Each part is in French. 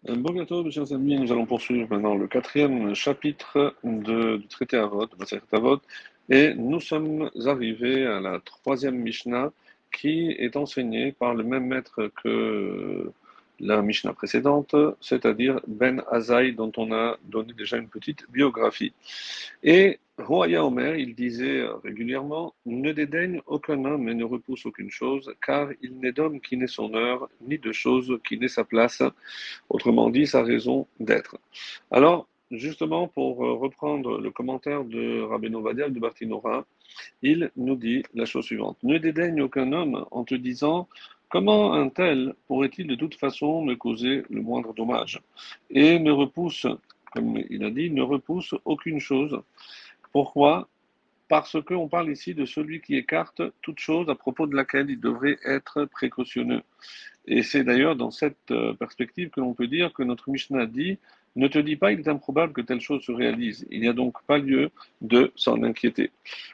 Bon gâteau, mes chers amis, nous allons poursuivre maintenant le quatrième chapitre du traité Avot, de Masechet Avot, et nous sommes arrivés à la troisième Mishnah qui est enseignée par le même maître que la Mishnah précédente, c'est-à-dire Ben Azaï, dont on a donné déjà une petite biographie. Et Hoaya Omer, il disait régulièrement: Ne dédaigne aucun homme et ne repousse aucune chose, car il n'est d'homme qui n'ait son heure, ni de chose qui n'ait sa place, autrement dit, sa raison d'être. Alors, justement, pour reprendre le commentaire de Rabbeinu Ovadia de Bartinora, il nous dit la chose suivante: Ne dédaigne aucun homme en te disant: Comment un tel pourrait-il de toute façon me causer le moindre dommage? Et ne repousse, comme il a dit, ne repousse aucune chose. Pourquoi? Parce qu'on parle ici de celui qui écarte toute chose à propos de laquelle il devrait être précautionneux. Et c'est d'ailleurs dans cette perspective que l'on peut dire que notre Mishnah dit: Ne te dis pas, il est improbable que telle chose se réalise. Il n'y a donc pas lieu de s'en inquiéter.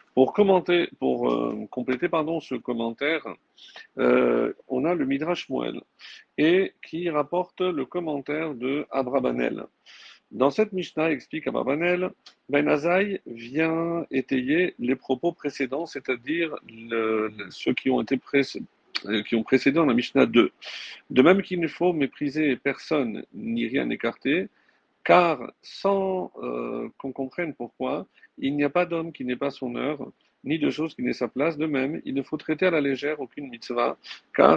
Pour compléter ce commentaire, on a le Midrash Moël, et qui rapporte le commentaire de Abrabanel. Dans cette Mishnah, explique Abrabanel, Ben Azaï vient étayer les propos précédents, c'est-à-dire ceux qui ont précédé dans la Mishnah 2. De même qu'il ne faut mépriser personne ni rien écarter, car sans qu'on comprenne pourquoi, il n'y a pas d'homme qui n'ait pas son heure, ni de chose qui n'ait sa place. De même, il ne faut traiter à la légère aucune mitzvah, car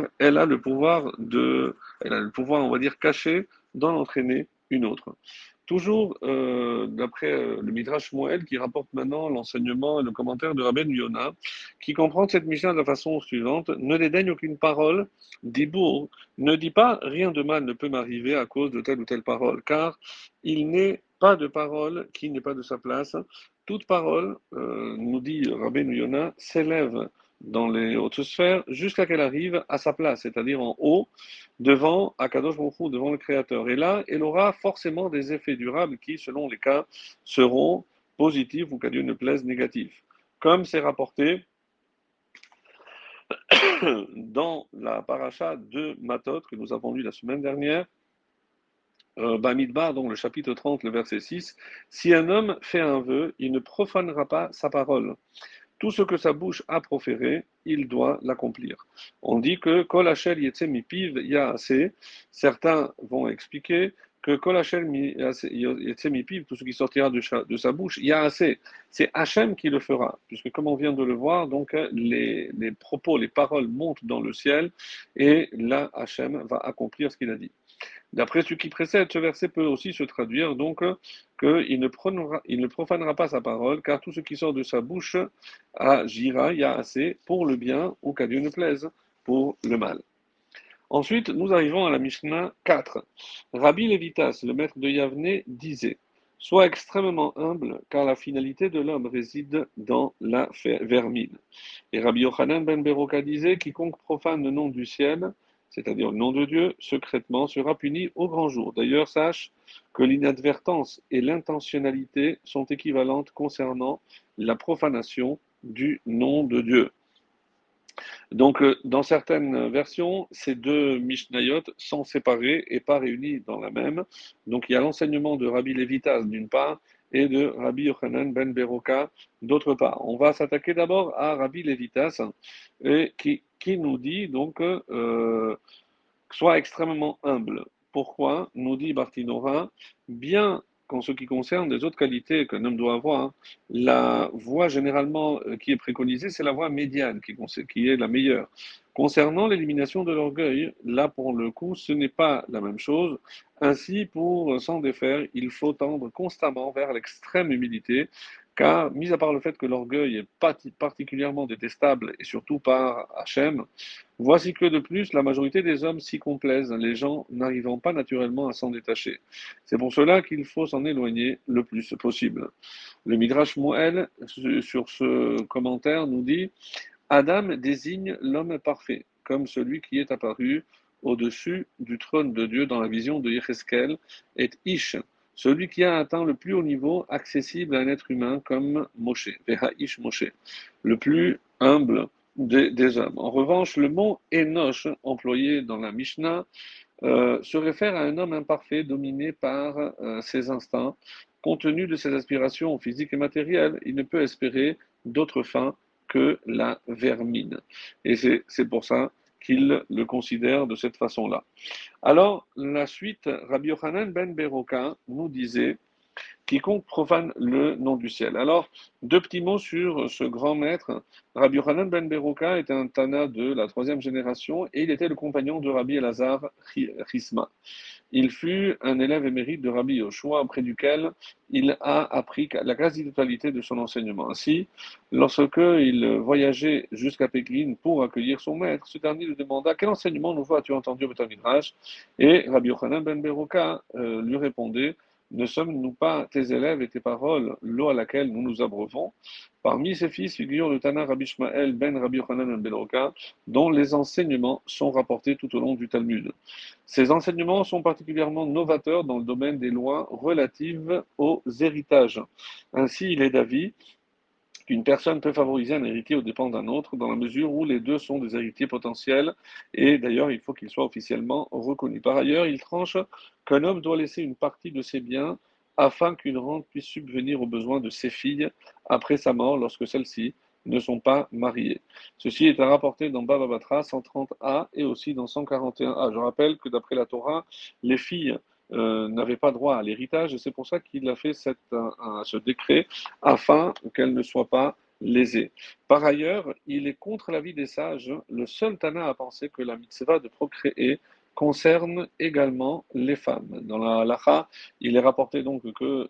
elle a le pouvoir, on va dire, caché d'en entraîner une autre. Toujours d'après le Midrash Moël, qui rapporte maintenant l'enseignement et le commentaire de Rabben Yonah, qui comprend cette mission de la façon suivante: Ne dédaigne aucune parole, dibour, ne dis pas rien de mal ne peut m'arriver à cause de telle ou telle parole, car il n'est pas de parole qui n'est pas de sa place. Toute parole, nous dit Rabbeinu Yonah, s'élève dans les hautes sphères jusqu'à qu'elle arrive à sa place, c'est-à-dire en haut, devant Akadosh Baruch Hu, devant le Créateur. Et là, elle aura forcément des effets durables qui, selon les cas, seront positifs ou qu'à Dieu ne plaise négatifs. Comme c'est rapporté dans la paracha de Matot que nous avons lu la semaine dernière, Bamidbar, donc le chapitre 30, le verset 6, si un homme fait un vœu, il ne profanera pas sa parole. Tout ce que sa bouche a proféré, il doit l'accomplir. On dit que Kol Hachel Yetse Mipiv Yaase. Certains vont expliquer que Kol Hachel Yetse Mipiv, tout ce qui sortira de sa bouche, Yaase. C'est Hachem qui le fera, puisque comme on vient de le voir, donc les propos, les paroles montent dans le ciel, et là Hachem va accomplir ce qu'il a dit. D'après ce qui précède, ce verset peut aussi se traduire donc il ne profanera pas sa parole, car tout ce qui sort de sa bouche agira, il y a assez, pour le bien ou qu'à Dieu ne plaise, pour le mal. Ensuite, nous arrivons à la Mishnah 4. Rabbi Levitas, le maître de Yavne, disait: Sois extrêmement humble, car la finalité de l'homme réside dans la vermine. Et Rabbi Yochanan ben Beroka disait: Quiconque profane le nom du ciel, c'est-à-dire le nom de Dieu, secrètement, sera puni au grand jour. D'ailleurs, sache que l'inadvertance et l'intentionnalité sont équivalentes concernant la profanation du nom de Dieu. Donc, dans certaines versions, ces deux Mishnayot sont séparés et pas réunis dans la même. Donc, il y a l'enseignement de Rabbi Levitas d'une part et de Rabbi Yochanan ben Beroka d'autre part. On va s'attaquer d'abord à Rabbi Levitas, qui nous dit donc sois extrêmement humble. Pourquoi? Nous dit Bartinora, bien qu'en ce qui concerne les autres qualités qu'un homme doit avoir, hein, la voie généralement qui est préconisée, c'est la voie médiane qui est la meilleure. Concernant l'élimination de l'orgueil, là pour le coup, ce n'est pas la même chose. Ainsi, pour s'en défaire, il faut tendre constamment vers l'extrême humilité, car, mis à part le fait que l'orgueil est particulièrement détestable, et surtout par Hachem, voici que de plus, la majorité des hommes s'y complaisent, les gens n'arrivant pas naturellement à s'en détacher. C'est pour cela qu'il faut s'en éloigner le plus possible. Le Midrash Moël, sur ce commentaire, nous dit: Adam désigne l'homme parfait, comme celui qui est apparu au-dessus du trône de Dieu dans la vision de Yecheskel, et Ish, celui qui a atteint le plus haut niveau accessible à un être humain comme Moshe, Veha-Ish Moshe, le plus humble des hommes. En revanche, le mot Enoch, employé dans la Mishnah, se réfère à un homme imparfait dominé par ses instincts. Compte tenu de ses aspirations physiques et matérielles, il ne peut espérer d'autre fin que la vermine. Et c'est pour ça qu'il le considère de cette façon-là. Alors, la suite, Rabbi Yochanan ben Beroka nous disait quiconque profane le nom du ciel. Alors, deux petits mots sur ce grand maître. Rabbi Yochanan ben Beroka était un Tana de la troisième génération et il était le compagnon de Rabbi Elazar Chisma. Il fut un élève émérite de Rabbi Yoshua, auprès duquel il a appris la quasi-totalité de son enseignement. Ainsi, lorsque il voyageait jusqu'à Pékin pour accueillir son maître, ce dernier lui demanda quel enseignement nouveau as-tu entendu au Beth Midrash. Et Rabbi Yochanan ben Beroka lui répondait ne sommes-nous pas tes élèves et tes paroles, l'eau à laquelle nous nous abreuvons? Parmi ses fils figure le Tana Rabbi Shmael ben Rabbi Yochanan ben Beroka, dont les enseignements sont rapportés tout au long du Talmud. Ces enseignements sont particulièrement novateurs dans le domaine des lois relatives aux héritages. Ainsi, il est d'avis qu'une personne peut favoriser un héritier aux dépens d'un autre dans la mesure où les deux sont des héritiers potentiels et d'ailleurs il faut qu'ils soient officiellement reconnus. Par ailleurs, il tranche qu'un homme doit laisser une partie de ses biens afin qu'une rente puisse subvenir aux besoins de ses filles après sa mort lorsque celles-ci ne sont pas mariées. Ceci est à rapporter dans Bava Batra 130a et aussi dans 141a. Je rappelle que d'après la Torah, les filles n'avaient pas droit à l'héritage et c'est pour ça qu'il a fait ce décret afin qu'elle ne soit pas lésée. Par ailleurs, il est contre l'avis des sages, le seul Tana à penser que la mitzvah de procréer concerne également les femmes. Dans la halacha, il est rapporté donc que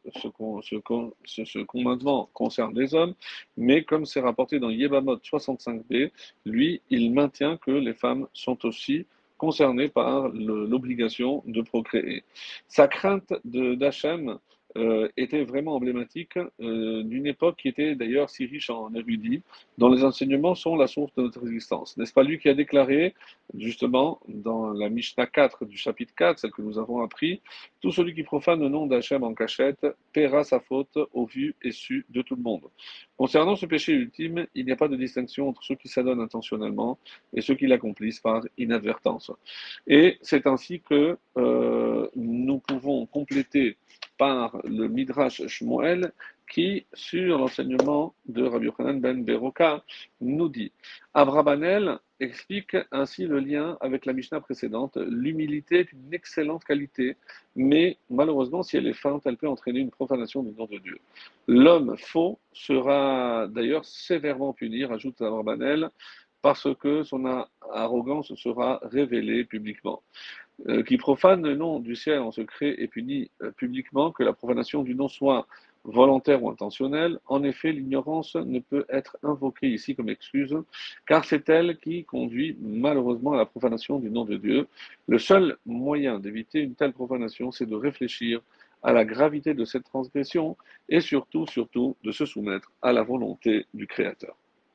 ce commandement concerne les hommes, mais comme c'est rapporté dans Yebamot 65b, lui, il maintient que les femmes sont aussi concernées par l'obligation de procréer. Sa crainte d'Hachem était vraiment emblématique d'une époque qui était d'ailleurs si riche en érudits, dont les enseignements sont la source de notre existence. N'est-ce pas lui qui a déclaré, justement, dans la Mishnah 4 du chapitre 4, celle que nous avons appris, tout celui qui profane le nom d'Hachem en cachette paiera sa faute au vu et su de tout le monde. Concernant ce péché ultime, il n'y a pas de distinction entre ceux qui s'adonnent intentionnellement et ceux qui l'accomplissent par inadvertance. Et c'est ainsi que nous pouvons compléter par le Midrash Shmuel qui, sur l'enseignement de Rabbi Yochanan ben Beroka, nous dit Abrabanel explique ainsi le lien avec la Mishnah précédente. L'humilité est une excellente qualité, mais malheureusement, si elle est feinte, elle peut entraîner une profanation du nom de Dieu. L'homme faux sera d'ailleurs sévèrement puni, rajoute Abrabanel, parce que son arrogance sera révélée publiquement. Qui profane le nom du ciel en secret et punit publiquement, que la profanation du nom soit volontaire ou intentionnelle. En effet, l'ignorance ne peut être invoquée ici comme excuse, car c'est elle qui conduit malheureusement à la profanation du nom de Dieu. Le seul moyen d'éviter une telle profanation, c'est de réfléchir à la gravité de cette transgression et surtout, de se soumettre à la volonté du Créateur.